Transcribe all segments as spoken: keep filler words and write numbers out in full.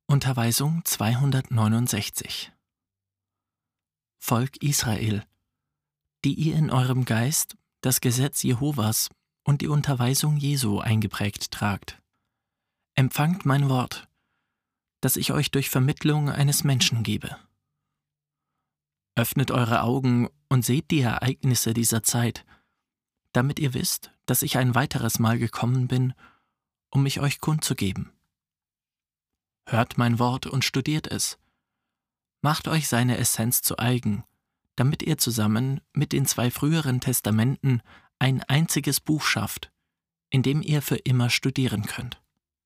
Unterweisung zweihundertneunundsechzig. Volk Israel, die ihr in eurem Geist das Gesetz Jehovas und die Unterweisung Jesu eingeprägt tragt. Empfangt mein Wort, das ich euch durch Vermittlung eines Menschen gebe. Öffnet eure Augen und seht die Ereignisse dieser Zeit, damit ihr wisst, dass ich ein weiteres Mal gekommen bin, um mich euch kundzugeben. Hört mein Wort und studiert es. Macht euch seine Essenz zu eigen, damit ihr zusammen mit den zwei früheren Testamenten ein einziges Buch schafft, in dem ihr für immer studieren könnt.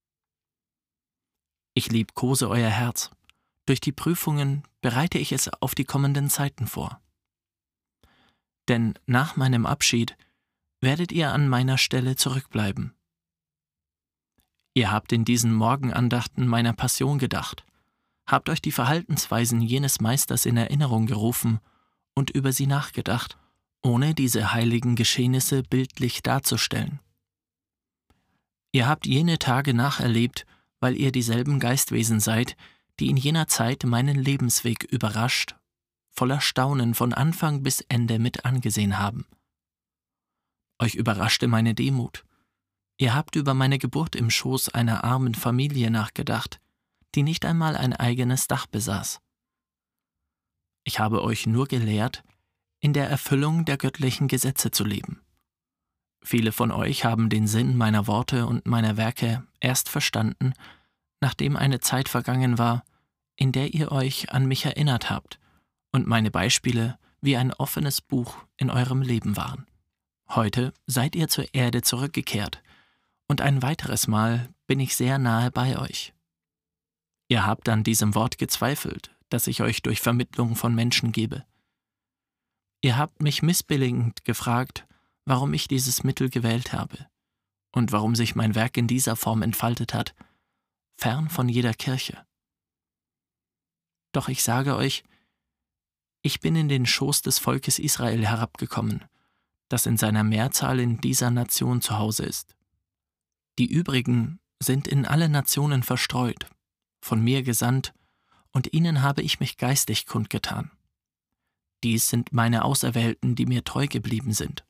Ich liebkose euer Herz. Durch die Prüfungen bereite ich es auf die kommenden Zeiten vor. Denn nach meinem Abschied werdet ihr an meiner Stelle zurückbleiben. Ihr habt in diesen Morgenandachten meiner Passion gedacht, habt euch die Verhaltensweisen jenes Meisters in Erinnerung gerufen und über sie nachgedacht, ohne diese heiligen Geschehnisse bildlich darzustellen. Ihr habt jene Tage nacherlebt, weil ihr dieselben Geistwesen seid, die in jener Zeit meinen Lebensweg überrascht, voller Staunen von Anfang bis Ende mit angesehen haben. Euch überraschte meine Demut. Ihr habt über meine Geburt im Schoß einer armen Familie nachgedacht, die nicht einmal ein eigenes Dach besaß. Ich habe euch nur gelehrt, in der Erfüllung der göttlichen Gesetze zu leben. Viele von euch haben den Sinn meiner Worte und meiner Werke erst verstanden, nachdem eine Zeit vergangen war, in der ihr euch an mich erinnert habt und meine Beispiele wie ein offenes Buch in eurem Leben waren. Heute seid ihr zur Erde zurückgekehrt, und ein weiteres Mal bin ich sehr nahe bei euch. Ihr habt an diesem Wort gezweifelt, das ich euch durch Vermittlung von Menschen gebe. Ihr habt mich missbilligend gefragt, warum ich dieses Mittel gewählt habe und warum sich mein Werk in dieser Form entfaltet hat, fern von jeder Kirche. Doch ich sage euch, ich bin in den Schoß des Volkes Israel herabgekommen, das in seiner Mehrzahl in dieser Nation zu Hause ist. Die übrigen sind in alle Nationen verstreut, von mir gesandt, und ihnen habe ich mich geistig kundgetan. Dies sind meine Auserwählten, die mir treu geblieben sind.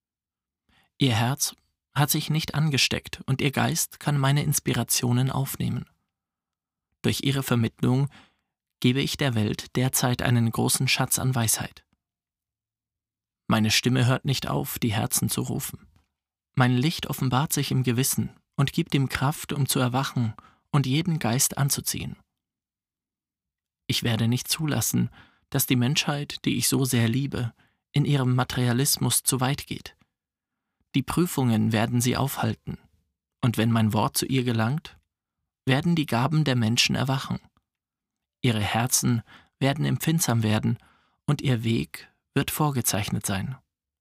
Ihr Herz hat sich nicht angesteckt und ihr Geist kann meine Inspirationen aufnehmen. Durch ihre Vermittlung gebe ich der Welt derzeit einen großen Schatz an Weisheit. Meine Stimme hört nicht auf, die Herzen zu rufen. Mein Licht offenbart sich im Gewissen und gibt ihm Kraft, um zu erwachen und jeden Geist anzuziehen. Ich werde nicht zulassen, dass die Menschheit, die ich so sehr liebe, in ihrem Materialismus zu weit geht. Die Prüfungen werden sie aufhalten, und wenn mein Wort zu ihr gelangt, werden die Gaben der Menschen erwachen. Ihre Herzen werden empfindsam werden, und ihr Weg wird vorgezeichnet sein.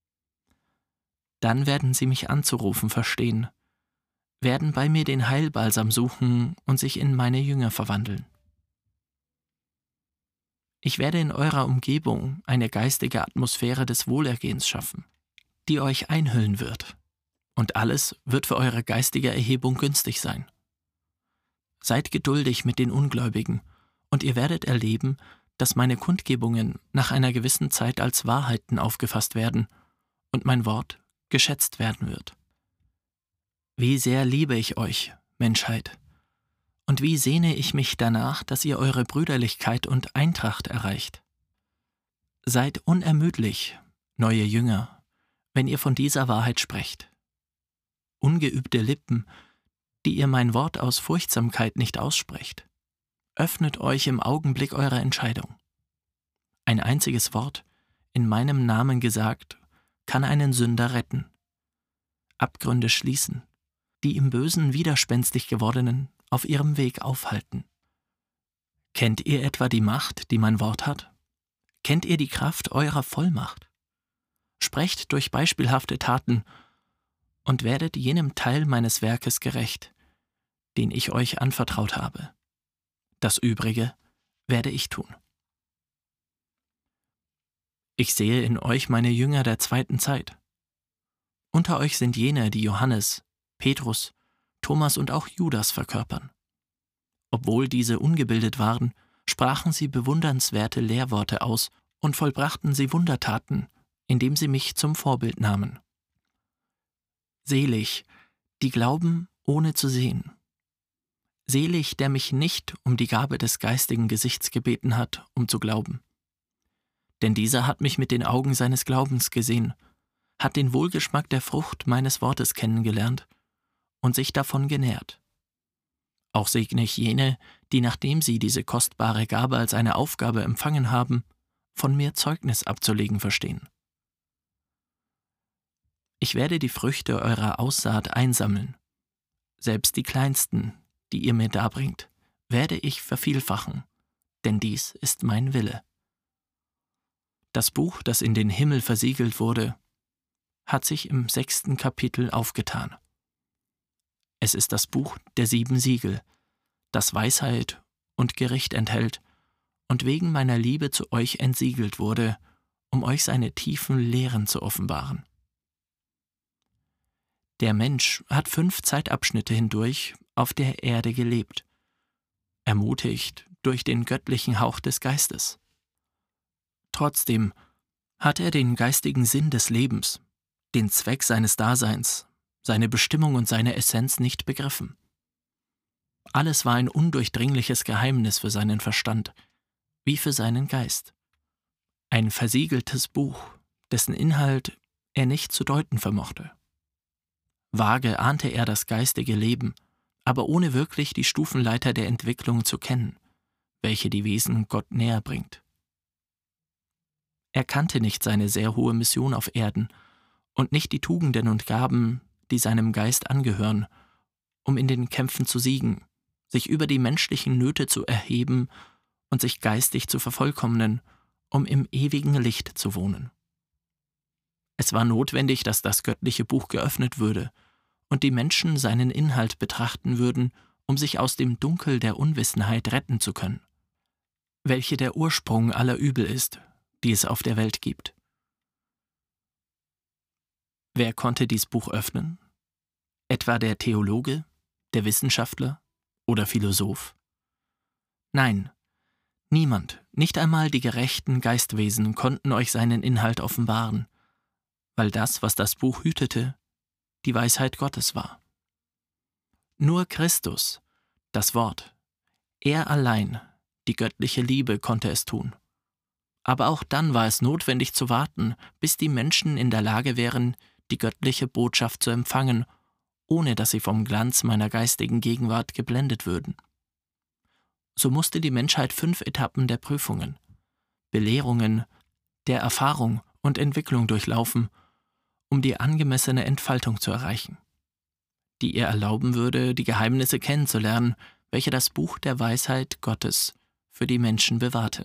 Dann werden sie mich anzurufen verstehen, werden bei mir den Heilbalsam suchen und sich in meine Jünger verwandeln. Ich werde in eurer Umgebung eine geistige Atmosphäre des Wohlergehens schaffen, die euch einhüllen wird, und alles wird für eure geistige Erhebung günstig sein. Seid geduldig mit den Ungläubigen, und ihr werdet erleben, dass meine Kundgebungen nach einer gewissen Zeit als Wahrheiten aufgefasst werden und mein Wort geschätzt werden wird. Wie sehr liebe ich euch, Menschheit, und wie sehne ich mich danach, dass ihr eure Brüderlichkeit und Eintracht erreicht. Seid unermüdlich, neue Jünger, wenn ihr von dieser Wahrheit sprecht. Ungeübte Lippen, die ihr mein Wort aus Furchtsamkeit nicht aussprecht. Öffnet euch im Augenblick eurer Entscheidung. Ein einziges Wort, in meinem Namen gesagt, kann einen Sünder retten, Abgründe schließen, die im Bösen widerspenstig gewordenen auf ihrem Weg aufhalten. Kennt ihr etwa die Macht, die mein Wort hat? Kennt ihr die Kraft eurer Vollmacht? Sprecht durch beispielhafte Taten und werdet jenem Teil meines Werkes gerecht, den ich euch anvertraut habe. Das Übrige werde ich tun. Ich sehe in euch meine Jünger der zweiten Zeit. Unter euch sind jene, die Johannes, Petrus, Thomas und auch Judas verkörpern. Obwohl diese ungebildet waren, sprachen sie bewundernswerte Lehrworte aus und vollbrachten sie Wundertaten, indem sie mich zum Vorbild nahmen. Selig, die glauben, ohne zu sehen. Selig, der mich nicht um die Gabe des geistigen Gesichts gebeten hat, um zu glauben. Denn dieser hat mich mit den Augen seines Glaubens gesehen, hat den Wohlgeschmack der Frucht meines Wortes kennengelernt und sich davon genährt. Auch segne ich jene, die, nachdem sie diese kostbare Gabe als eine Aufgabe empfangen haben, von mir Zeugnis abzulegen verstehen. Ich werde die Früchte eurer Aussaat einsammeln. Selbst die kleinsten, die ihr mir darbringt, werde ich vervielfachen, denn dies ist mein Wille. Das Buch, das in den Himmel versiegelt wurde, hat sich im sechsten Kapitel aufgetan. Es ist das Buch der sieben Siegel, das Weisheit und Gericht enthält und wegen meiner Liebe zu euch entsiegelt wurde, um euch seine tiefen Lehren zu offenbaren. Der Mensch hat fünf Zeitabschnitte hindurch auf der Erde gelebt, ermutigt durch den göttlichen Hauch des Geistes. Trotzdem hat er den geistigen Sinn des Lebens, den Zweck seines Daseins, seine Bestimmung und seine Essenz nicht begriffen. Alles war ein undurchdringliches Geheimnis für seinen Verstand, wie für seinen Geist. Ein versiegeltes Buch, dessen Inhalt er nicht zu deuten vermochte. Vage ahnte er das geistige Leben, aber ohne wirklich die Stufenleiter der Entwicklung zu kennen, welche die Wesen Gott näher bringt. Er kannte nicht seine sehr hohe Mission auf Erden und nicht die Tugenden und Gaben, die seinem Geist angehören, um in den Kämpfen zu siegen, sich über die menschlichen Nöte zu erheben und sich geistig zu vervollkommnen, um im ewigen Licht zu wohnen. Es war notwendig, dass das göttliche Buch geöffnet würde und die Menschen seinen Inhalt betrachten würden, um sich aus dem Dunkel der Unwissenheit retten zu können, welche der Ursprung aller Übel ist, die es auf der Welt gibt. Wer konnte dies Buch öffnen? Etwa der Theologe, der Wissenschaftler oder Philosoph? Nein, niemand, nicht einmal die gerechten Geistwesen konnten euch seinen Inhalt offenbaren, weil das, was das Buch hütete, die Weisheit Gottes war. Nur Christus, das Wort, er allein, die göttliche Liebe, konnte es tun. Aber auch dann war es notwendig zu warten, bis die Menschen in der Lage wären, die göttliche Botschaft zu empfangen, ohne dass sie vom Glanz meiner geistigen Gegenwart geblendet würden. So musste die Menschheit fünf Etappen der Prüfungen, Belehrungen, der Erfahrung und Entwicklung durchlaufen, um die angemessene Entfaltung zu erreichen, die ihr erlauben würde, die Geheimnisse kennenzulernen, welche das Buch der Weisheit Gottes für die Menschen bewahrte.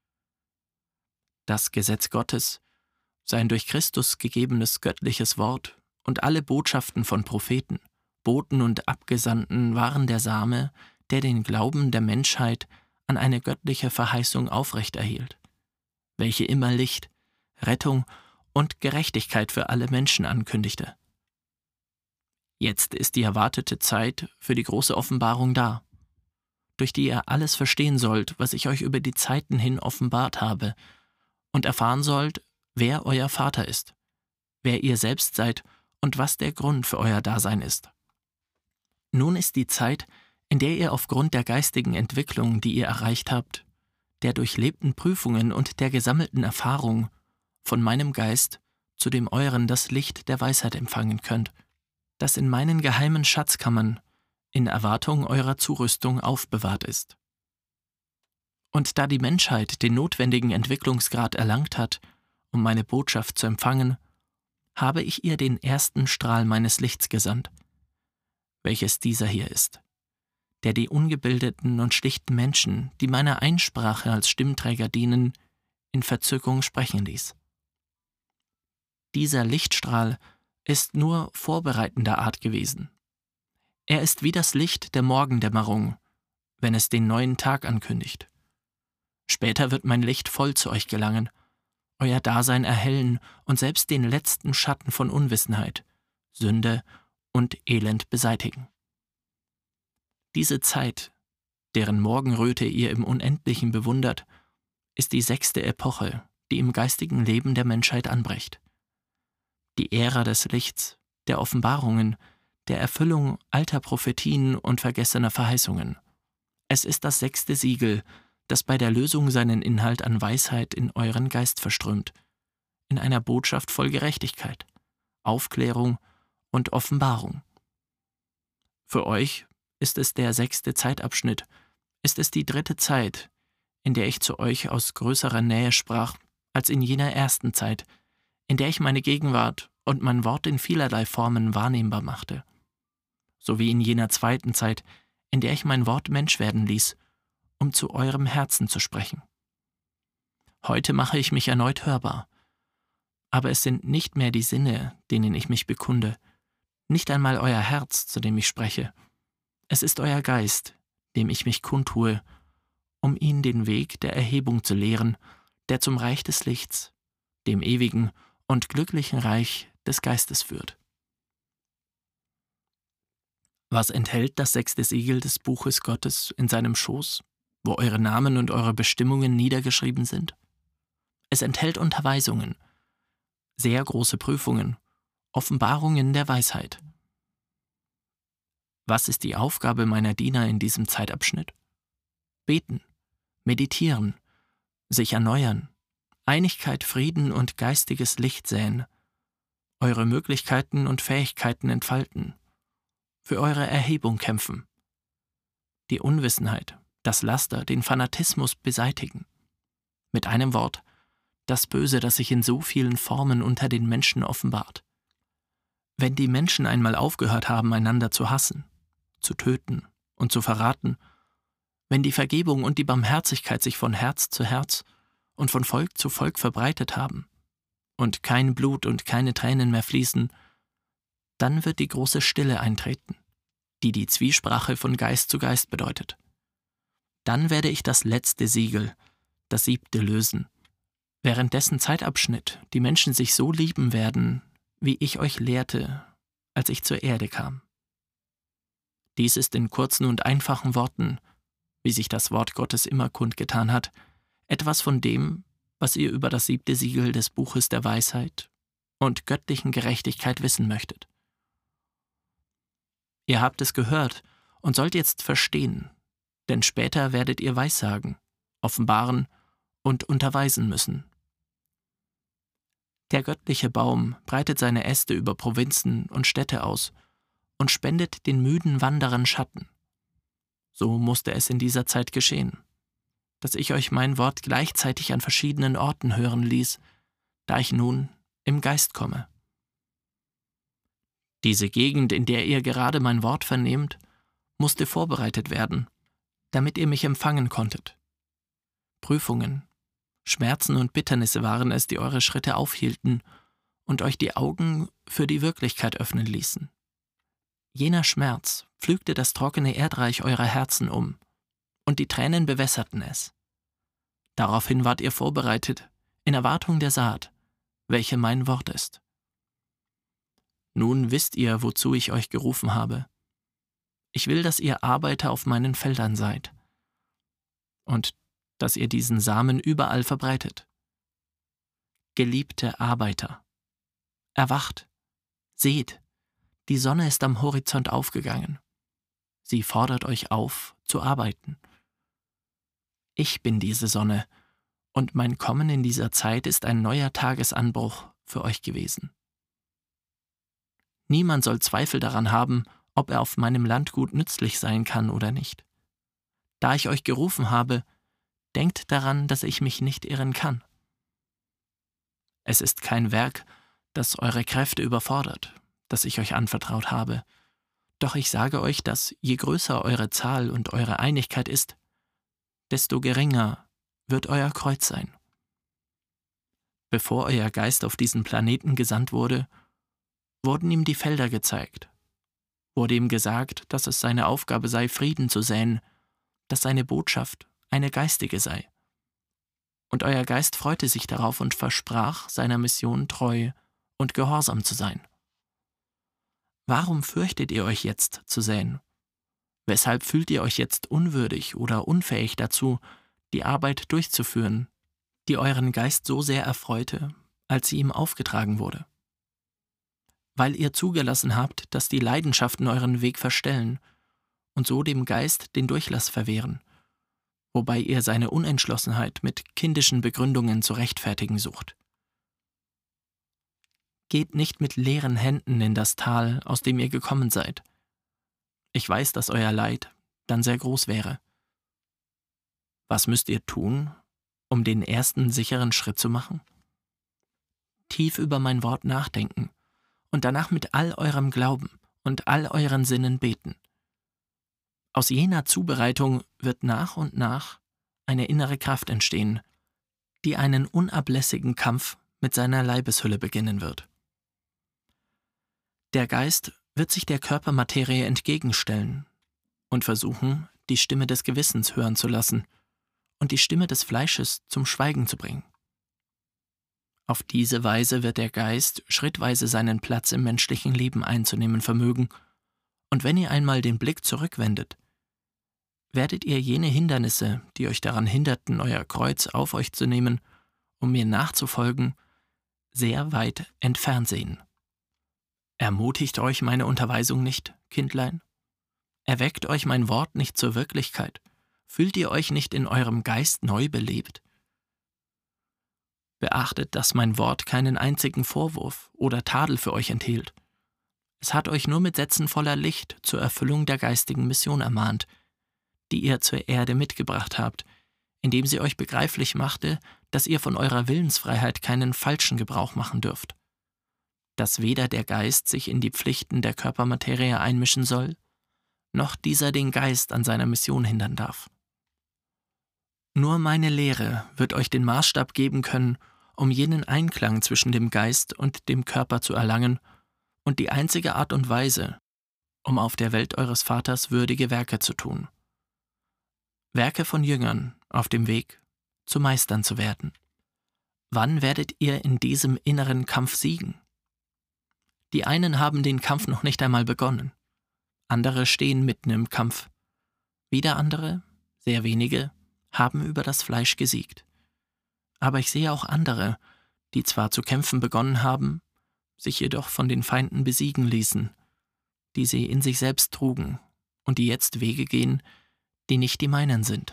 Das Gesetz Gottes, sein durch Christus gegebenes göttliches Wort und alle Botschaften von Propheten, Boten und Abgesandten waren der Same, der den Glauben der Menschheit an eine göttliche Verheißung aufrechterhielt, welche immer Licht, Rettung und Gerechtigkeit für alle Menschen ankündigte. Jetzt ist die erwartete Zeit für die große Offenbarung da, durch die ihr alles verstehen sollt, was ich euch über die Zeiten hin offenbart habe, und erfahren sollt, wer euer Vater ist, wer ihr selbst seid und was der Grund für euer Dasein ist. Nun ist die Zeit, in der ihr aufgrund der geistigen Entwicklung, die ihr erreicht habt, der durchlebten Prüfungen und der gesammelten Erfahrung von meinem Geist zu dem euren das Licht der Weisheit empfangen könnt, das in meinen geheimen Schatzkammern in Erwartung eurer Zurüstung aufbewahrt ist. Und da die Menschheit den notwendigen Entwicklungsgrad erlangt hat, um meine Botschaft zu empfangen, habe ich ihr den ersten Strahl meines Lichts gesandt, welches dieser hier ist, der die ungebildeten und schlichten Menschen, die meiner Einsprache als Stimmträger dienen, in Verzückung sprechen ließ. Dieser Lichtstrahl ist nur vorbereitender Art gewesen. Er ist wie das Licht der Morgendämmerung, wenn es den neuen Tag ankündigt. Später wird mein Licht voll zu euch gelangen, euer Dasein erhellen und selbst den letzten Schatten von Unwissenheit, Sünde und Elend beseitigen. Diese Zeit deren Morgenröte ihr im Unendlichen bewundert, ist die sechste Epoche, die im geistigen Leben der Menschheit anbricht. Die Ära des Lichts, der Offenbarungen, der Erfüllung alter Prophetien und vergessener Verheißungen. Es ist das sechste Siegel, das bei der Lösung seinen Inhalt an Weisheit in euren Geist verströmt, in einer Botschaft voll Gerechtigkeit, Aufklärung und Offenbarung. Für euch ist es der sechste Zeitabschnitt, ist es die dritte Zeit, in der ich zu euch aus größerer Nähe sprach, als in jener ersten Zeit, in der ich meine Gegenwart und mein Wort in vielerlei Formen wahrnehmbar machte, sowie in jener zweiten Zeit, in der ich mein Wort Mensch werden ließ, um zu eurem Herzen zu sprechen. Heute mache ich mich erneut hörbar, aber es sind nicht mehr die Sinne, denen ich mich bekunde, nicht einmal euer Herz, zu dem ich spreche. Es ist euer Geist, dem ich mich kundtue, um ihn den Weg der Erhebung zu lehren, der zum Reich des Lichts, dem ewigen und glücklichen Reich des Geistes führt. Was enthält das sechste Siegel des Buches Gottes in seinem Schoß, wo eure Namen und eure Bestimmungen niedergeschrieben sind? Es enthält Unterweisungen, sehr große Prüfungen, Offenbarungen der Weisheit. Was ist die Aufgabe meiner Diener in diesem Zeitabschnitt? Beten, meditieren, sich erneuern, Einigkeit, Frieden und geistiges Licht säen, eure Möglichkeiten und Fähigkeiten entfalten, für eure Erhebung kämpfen, die Unwissenheit, das Laster, den Fanatismus beseitigen. Mit einem Wort, das Böse, das sich in so vielen Formen unter den Menschen offenbart. Wenn die Menschen einmal aufgehört haben, einander zu hassen, zu töten und zu verraten, wenn die Vergebung und die Barmherzigkeit sich von Herz zu Herz und von Volk zu Volk verbreitet haben und kein Blut und keine Tränen mehr fließen, dann wird die große Stille eintreten, die die Zwiesprache von Geist zu Geist bedeutet. Dann werde ich das letzte Siegel, das siebte, lösen, während dessen Zeitabschnitt die Menschen sich so lieben werden, wie ich euch lehrte, als ich zur Erde kam. Dies ist in kurzen und einfachen Worten, wie sich das Wort Gottes immer kundgetan hat, etwas von dem, was ihr über das siebte Siegel des Buches der Weisheit und göttlichen Gerechtigkeit wissen möchtet. Ihr habt es gehört und sollt jetzt verstehen, denn später werdet ihr Weissagen, offenbaren und unterweisen müssen. Der göttliche Baum breitet seine Äste über Provinzen und Städte aus und spendet den müden Wanderern Schatten. So musste es in dieser Zeit geschehen, dass ich euch mein Wort gleichzeitig an verschiedenen Orten hören ließ, da ich nun im Geist komme. Diese Gegend, in der ihr gerade mein Wort vernehmt, musste vorbereitet werden, damit ihr mich empfangen konntet. Prüfungen, Schmerzen und Bitternisse waren es, die eure Schritte aufhielten und euch die Augen für die Wirklichkeit öffnen ließen. Jener Schmerz pflügte das trockene Erdreich eurer Herzen um, und die Tränen bewässerten es. Daraufhin wart ihr vorbereitet, in Erwartung der Saat, welche mein Wort ist. Nun wisst ihr, wozu ich euch gerufen habe. Ich will, dass ihr Arbeiter auf meinen Feldern seid und dass ihr diesen Samen überall verbreitet. Geliebte Arbeiter, erwacht, seht, die Sonne ist am Horizont aufgegangen. Sie fordert euch auf, zu arbeiten. Ich bin diese Sonne, und mein Kommen in dieser Zeit ist ein neuer Tagesanbruch für euch gewesen. Niemand soll Zweifel daran haben, ob er auf meinem Landgut nützlich sein kann oder nicht. Da ich euch gerufen habe, denkt daran, dass ich mich nicht irren kann. Es ist kein Werk, das eure Kräfte überfordert, das ich euch anvertraut habe. Doch ich sage euch, dass je größer eure Zahl und eure Einigkeit ist, desto geringer wird euer Kreuz sein. Bevor euer Geist auf diesen Planeten gesandt wurde, wurden ihm die Felder gezeigt, wurde ihm gesagt, dass es seine Aufgabe sei, Frieden zu säen, dass seine Botschaft eine geistige sei. Und euer Geist freute sich darauf und versprach, seiner Mission treu und gehorsam zu sein. Warum fürchtet ihr euch jetzt zu säen, Weshalb fühlt ihr euch jetzt unwürdig oder unfähig dazu, die Arbeit durchzuführen, die euren Geist so sehr erfreute, als sie ihm aufgetragen wurde? Weil ihr zugelassen habt, dass die Leidenschaften euren Weg verstellen und so dem Geist den Durchlass verwehren, wobei ihr seine Unentschlossenheit mit kindischen Begründungen zu rechtfertigen sucht. Geht nicht mit leeren Händen in das Tal, aus dem ihr gekommen seid. Ich weiß, dass euer Leid dann sehr groß wäre. Was müsst ihr tun, um den ersten sicheren Schritt zu machen? Tief über mein Wort nachdenken und danach mit all eurem Glauben und all euren Sinnen beten. Aus jener Zubereitung wird nach und nach eine innere Kraft entstehen, die einen unablässigen Kampf mit seiner Leibeshülle beginnen wird. Der Geist wird sich der Körpermaterie entgegenstellen und versuchen, die Stimme des Gewissens hören zu lassen und die Stimme des Fleisches zum Schweigen zu bringen. Auf diese Weise wird der Geist schrittweise seinen Platz im menschlichen Leben einzunehmen vermögen, und wenn ihr einmal den Blick zurückwendet, werdet ihr jene Hindernisse, die euch daran hinderten, euer Kreuz auf euch zu nehmen, um mir nachzufolgen, sehr weit entfernt sehen. Ermutigt euch meine Unterweisung nicht, Kindlein? Erweckt euch mein Wort nicht zur Wirklichkeit? Fühlt ihr euch nicht in eurem Geist neu belebt? Beachtet, dass mein Wort keinen einzigen Vorwurf oder Tadel für euch enthielt. Es hat euch nur mit Sätzen voller Licht zur Erfüllung der geistigen Mission ermahnt, die ihr zur Erde mitgebracht habt, indem sie euch begreiflich machte, dass ihr von eurer Willensfreiheit keinen falschen Gebrauch machen dürft, dass weder der Geist sich in die Pflichten der Körpermaterie einmischen soll, noch dieser den Geist an seiner Mission hindern darf. Nur meine Lehre wird euch den Maßstab geben können, um jenen Einklang zwischen dem Geist und dem Körper zu erlangen und die einzige Art und Weise, um auf der Welt eures Vaters würdige Werke zu tun. Werke von Jüngern auf dem Weg, zu Meistern zu werden. Wann werdet ihr in diesem inneren Kampf siegen? Die einen haben den Kampf noch nicht einmal begonnen. Andere stehen mitten im Kampf. Wieder andere, sehr wenige, haben über das Fleisch gesiegt. Aber ich sehe auch andere, die zwar zu kämpfen begonnen haben, sich jedoch von den Feinden besiegen ließen, die sie in sich selbst trugen und die jetzt Wege gehen, die nicht die meinen sind.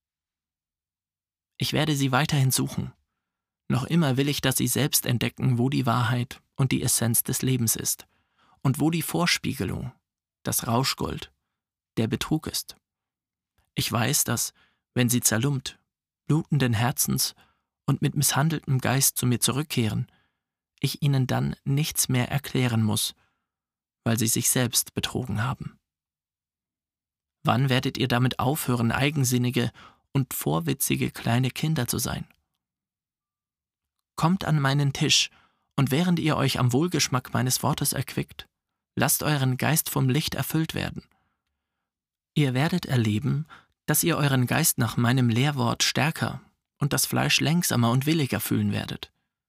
Ich werde sie weiterhin suchen. Noch immer will ich, dass sie selbst entdecken, wo die Wahrheit und die Essenz des Lebens ist und wo die Vorspiegelung, das Rauschgold, der Betrug ist. Ich weiß, dass, wenn sie zerlumpt, blutenden Herzens und mit misshandeltem Geist zu mir zurückkehren, ich ihnen dann nichts mehr erklären muss, weil sie sich selbst betrogen haben. Wann werdet ihr damit aufhören, eigensinnige und vorwitzige kleine Kinder zu sein? Kommt an meinen Tisch, und während ihr euch am Wohlgeschmack meines Wortes erquickt, lasst euren Geist vom Licht erfüllt werden. Ihr werdet erleben, dass ihr euren Geist nach meinem Lehrwort stärker und das Fleisch lenksamer und williger fühlen werdet.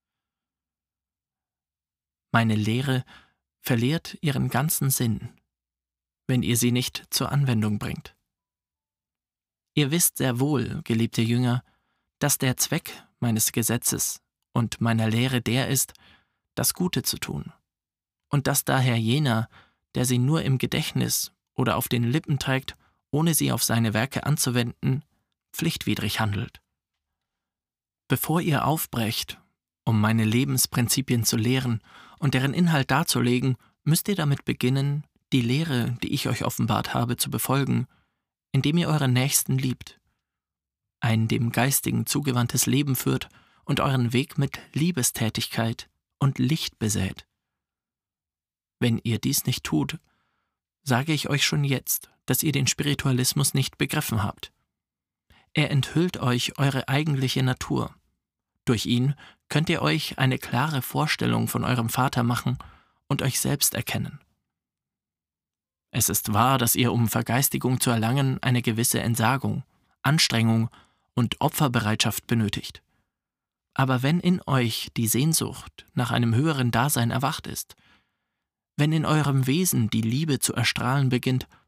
Meine Lehre verliert ihren ganzen Sinn, wenn ihr sie nicht zur Anwendung bringt. Ihr wisst sehr wohl, geliebte Jünger, dass der Zweck meines Gesetzes und meiner Lehre der ist, das Gute zu tun, und dass daher jener, der sie nur im Gedächtnis oder auf den Lippen trägt, ohne sie auf seine Werke anzuwenden, pflichtwidrig handelt. Bevor ihr aufbrecht, um meine Lebensprinzipien zu lehren und deren Inhalt darzulegen, müsst ihr damit beginnen, die Lehre, die ich euch offenbart habe, zu befolgen, indem ihr euren Nächsten liebt, ein dem Geistigen zugewandtes Leben führt und euren Weg mit Liebestätigkeit und Licht besät. Wenn ihr dies nicht tut, sage ich euch schon jetzt, dass ihr den Spiritualismus nicht begriffen habt. Er enthüllt euch eure eigentliche Natur. Durch ihn könnt ihr euch eine klare Vorstellung von eurem Vater machen und euch selbst erkennen. Es ist wahr, dass ihr, um Vergeistigung zu erlangen, eine gewisse Entsagung, Anstrengung und Opferbereitschaft benötigt. Aber wenn in euch die Sehnsucht nach einem höheren Dasein erwacht ist, wenn in eurem Wesen die Liebe zu erstrahlen beginnt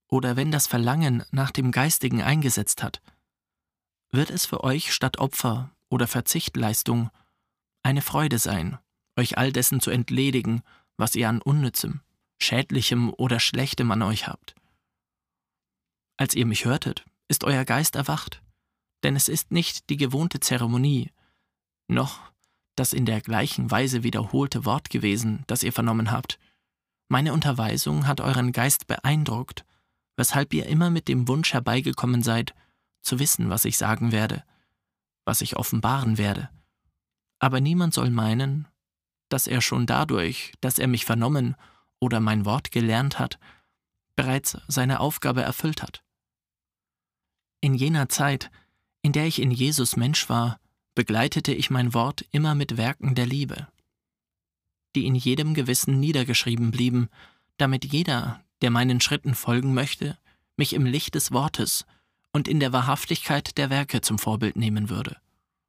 oder wenn das Verlangen nach dem Geistigen eingesetzt hat, wird es für euch statt Opfer oder Verzichtleistung eine Freude sein, euch all dessen zu entledigen, was ihr an Unnützem, Schädlichem oder Schlechtem an euch habt. Als ihr mich hörtet, ist euer Geist erwacht, denn es ist nicht die gewohnte Zeremonie, noch das in der gleichen Weise wiederholte Wort gewesen, das ihr vernommen habt. Meine Unterweisung hat euren Geist beeindruckt, weshalb ihr immer mit dem Wunsch herbeigekommen seid, zu wissen, was ich sagen werde, was ich offenbaren werde. Aber niemand soll meinen, dass er schon dadurch, dass er mich vernommen oder mein Wort gelernt hat, bereits seine Aufgabe erfüllt hat. In jener Zeit, in der ich in Jesus Mensch war, begleitete ich mein Wort immer mit Werken der Liebe, die in jedem Gewissen niedergeschrieben blieben, damit jeder, der meinen Schritten folgen möchte, mich im Licht des Wortes und in der Wahrhaftigkeit der Werke zum Vorbild nehmen würde.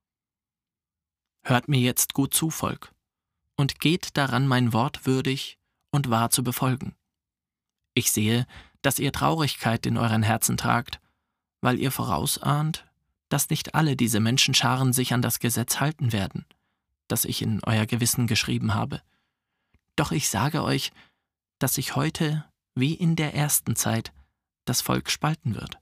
Hört mir jetzt gut zu, Volk, und geht daran, mein Wort würdig und wahr zu befolgen. Ich sehe, dass ihr Traurigkeit in euren Herzen tragt, weil ihr vorausahnt, dass nicht alle diese Menschenscharen sich an das Gesetz halten werden, das ich in euer Gewissen geschrieben habe. Doch ich sage euch, dass sich heute, wie in der ersten Zeit, das Volk spalten wird.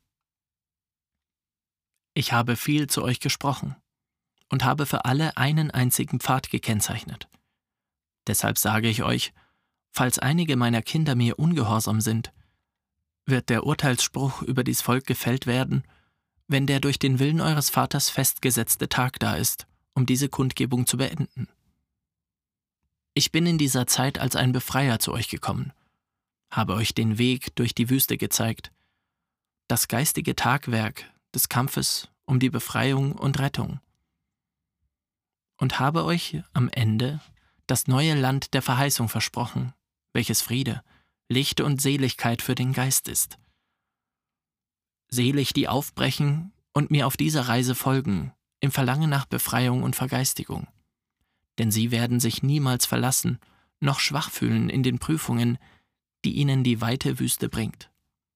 Ich habe viel zu euch gesprochen und habe für alle einen einzigen Pfad gekennzeichnet. Deshalb sage ich euch, falls einige meiner Kinder mir ungehorsam sind, wird der Urteilsspruch über dies Volk gefällt werden, wenn der durch den Willen eures Vaters festgesetzte Tag da ist, um diese Kundgebung zu beenden. Ich bin in dieser Zeit als ein Befreier zu euch gekommen, habe euch den Weg durch die Wüste gezeigt, das geistige Tagwerk des Kampfes um die Befreiung und Rettung, und habe euch am Ende das neue Land der Verheißung versprochen, welches Friede, Licht und Seligkeit für den Geist ist. Selig die aufbrechen und mir auf dieser Reise folgen, im Verlangen nach Befreiung und Vergeistigung. Denn sie werden sich niemals verlassen, noch schwach fühlen in den Prüfungen, die ihnen die weite Wüste bringt.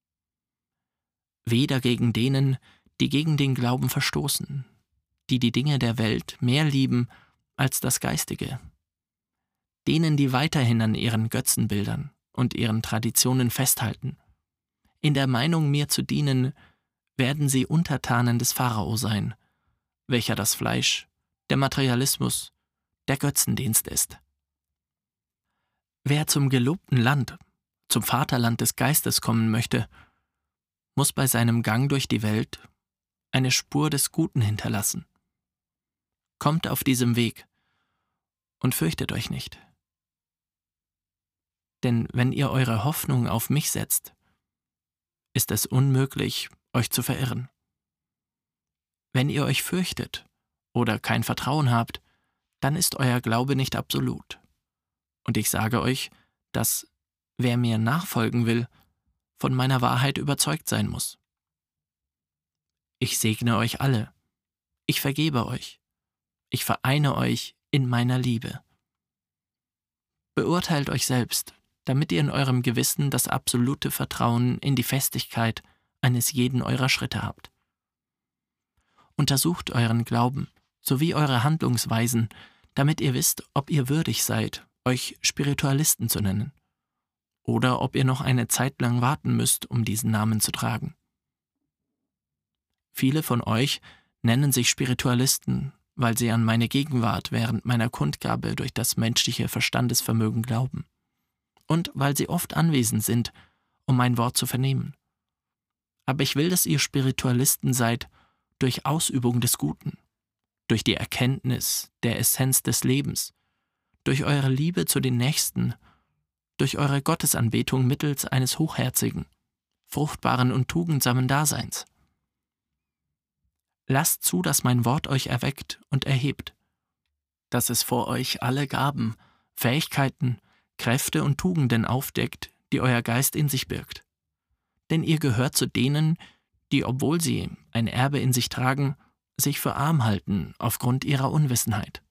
Weh dagegen denen, die gegen den Glauben verstoßen, die die Dinge der Welt mehr lieben als das Geistige. Denen, die weiterhin an ihren Götzenbildern und ihren Traditionen festhalten. In der Meinung, mir zu dienen, werden sie Untertanen des Pharao sein, welcher das Fleisch, der Materialismus, der Götzendienst ist. Wer zum gelobten Land, zum Vaterland des Geistes kommen möchte, muss bei seinem Gang durch die Welt eine Spur des Guten hinterlassen. Kommt auf diesem Weg und fürchtet euch nicht. Denn wenn ihr eure Hoffnung auf mich setzt, ist es unmöglich, euch zu verirren. Wenn ihr euch fürchtet oder kein Vertrauen habt, dann ist euer Glaube nicht absolut. Und ich sage euch, dass wer mir nachfolgen will, von meiner Wahrheit überzeugt sein muss. Ich segne euch alle. Ich vergebe euch. Ich vereine euch in meiner Liebe. Beurteilt euch selbst, damit ihr in eurem Gewissen das absolute Vertrauen in die Festigkeit eines jeden eurer Schritte habt. Untersucht euren Glauben sowie eure Handlungsweisen, damit ihr wisst, ob ihr würdig seid, euch Spiritualisten zu nennen, oder ob ihr noch eine Zeit lang warten müsst, um diesen Namen zu tragen. Viele von euch nennen sich Spiritualisten, weil sie an meine Gegenwart während meiner Kundgabe durch das menschliche Verstandesvermögen glauben und weil sie oft anwesend sind, um mein Wort zu vernehmen. Aber ich will, dass ihr Spiritualisten seid durch Ausübung des Guten, durch die Erkenntnis der Essenz des Lebens, durch eure Liebe zu den Nächsten, durch eure Gottesanbetung mittels eines hochherzigen, fruchtbaren und tugendsamen Daseins. Lasst zu, dass mein Wort euch erweckt und erhebt, dass es vor euch alle Gaben, Fähigkeiten, Kräfte und Tugenden aufdeckt, die euer Geist in sich birgt. Denn ihr gehört zu denen, die, obwohl sie ein Erbe in sich tragen, sich für arm halten aufgrund ihrer Unwissenheit.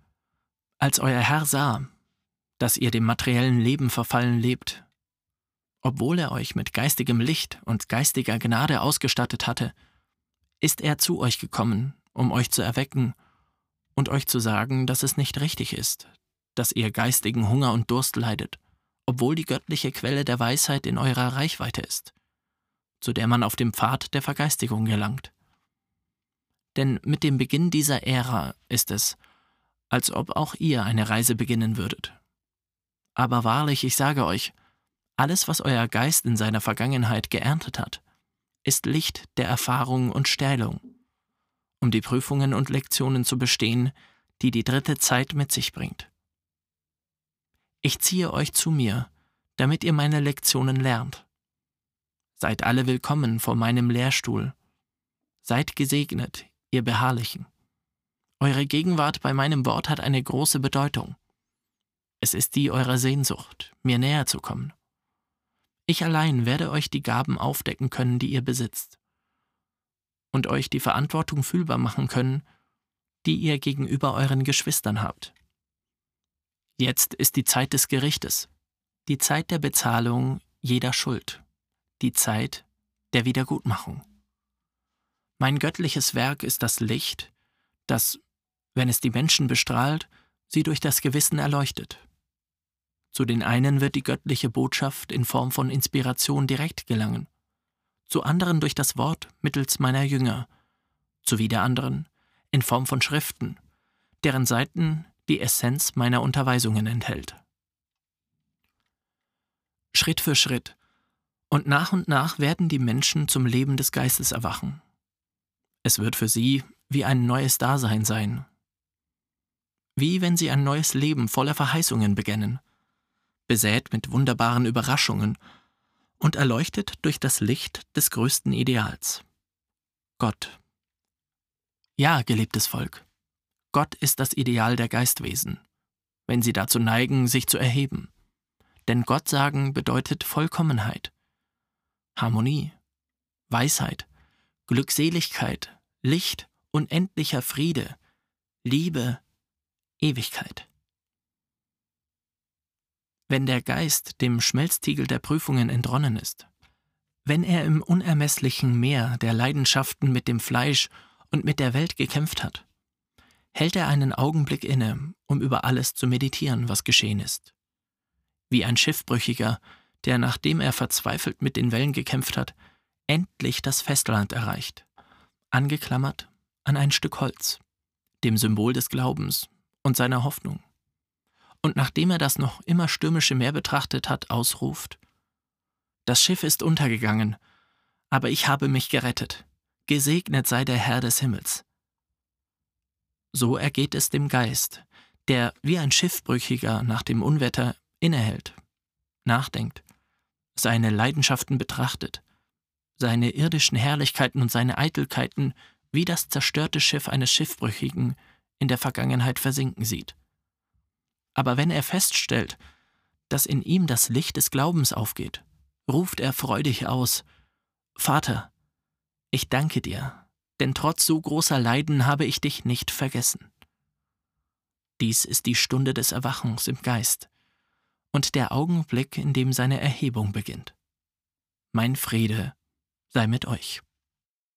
Als euer Herr sah, dass ihr dem materiellen Leben verfallen lebt obwohl er euch mit geistigem Licht und geistiger Gnade ausgestattet hatte, ist er zu euch gekommen, um euch zu erwecken und euch zu sagen, dass es nicht richtig ist, dass ihr geistigen Hunger und Durst leidet, obwohl die göttliche Quelle der Weisheit in eurer Reichweite ist, zu der man auf dem Pfad der Vergeistigung gelangt. Denn mit dem Beginn dieser Ära ist es, als ob auch ihr eine Reise beginnen würdet. Aber wahrlich, ich sage euch, alles, was euer Geist in seiner Vergangenheit geerntet hat, ist Licht der Erfahrung und Stählung, um die Prüfungen und Lektionen zu bestehen, die die dritte Zeit mit sich bringt. Ich ziehe euch zu mir, damit ihr meine Lektionen lernt. Seid alle willkommen vor meinem Lehrstuhl. Seid gesegnet, ihr Beharrlichen. Eure Gegenwart bei meinem Wort hat eine große Bedeutung. Es ist die eurer Sehnsucht, mir näher zu kommen. Ich allein werde euch die Gaben aufdecken können, die ihr besitzt, und euch die Verantwortung fühlbar machen können, die ihr gegenüber euren Geschwistern habt. Jetzt ist die Zeit des Gerichtes, die Zeit der Bezahlung jeder Schuld, die Zeit der Wiedergutmachung. Mein göttliches Werk ist das Licht, das, wenn es die Menschen bestrahlt, sie durch das Gewissen erleuchtet. Zu den einen wird die göttliche Botschaft in Form von Inspiration direkt gelangen, zu anderen durch das Wort mittels meiner Jünger, zu wieder anderen in Form von Schriften, deren Seiten die Essenz meiner Unterweisungen enthält. Schritt für Schritt und nach und nach werden die Menschen zum Leben des Geistes erwachen. Es wird für sie wie ein neues Dasein sein, wie wenn sie ein neues Leben voller Verheißungen beginnen, besät mit wunderbaren Überraschungen und erleuchtet durch das Licht des größten Ideals: Gott. Ja, geliebtes Volk, Gott ist das Ideal der Geistwesen, wenn sie dazu neigen, sich zu erheben. Denn Gott sagen bedeutet Vollkommenheit, Harmonie, Weisheit, Glückseligkeit, Licht, unendlicher Friede, Liebe, Ewigkeit. Wenn der Geist dem Schmelztiegel der Prüfungen entronnen ist, wenn er im unermesslichen Meer der Leidenschaften mit dem Fleisch und mit der Welt gekämpft hat, hält er einen Augenblick inne, um über alles zu meditieren, was geschehen ist. Wie ein Schiffbrüchiger, der, nachdem er verzweifelt mit den Wellen gekämpft hat, endlich das Festland erreicht, angeklammert an ein Stück Holz, dem Symbol des Glaubens und seiner Hoffnung. Und nachdem er das noch immer stürmische Meer betrachtet hat, ausruft: Das Schiff ist untergegangen, aber ich habe mich gerettet. Gesegnet sei der Herr des Himmels. So ergeht es dem Geist, der wie ein Schiffbrüchiger nach dem Unwetter innehält, nachdenkt, seine Leidenschaften betrachtet, seine irdischen Herrlichkeiten und seine Eitelkeiten wie das zerstörte Schiff eines Schiffbrüchigen in der Vergangenheit versinken sieht. Aber wenn er feststellt, dass in ihm das Licht des Glaubens aufgeht, ruft er freudig aus: Vater, ich danke dir, denn trotz so großer Leiden habe ich dich nicht vergessen. Dies ist die Stunde des Erwachens im Geist und der Augenblick, in dem seine Erhebung beginnt. Mein Friede sei mit euch.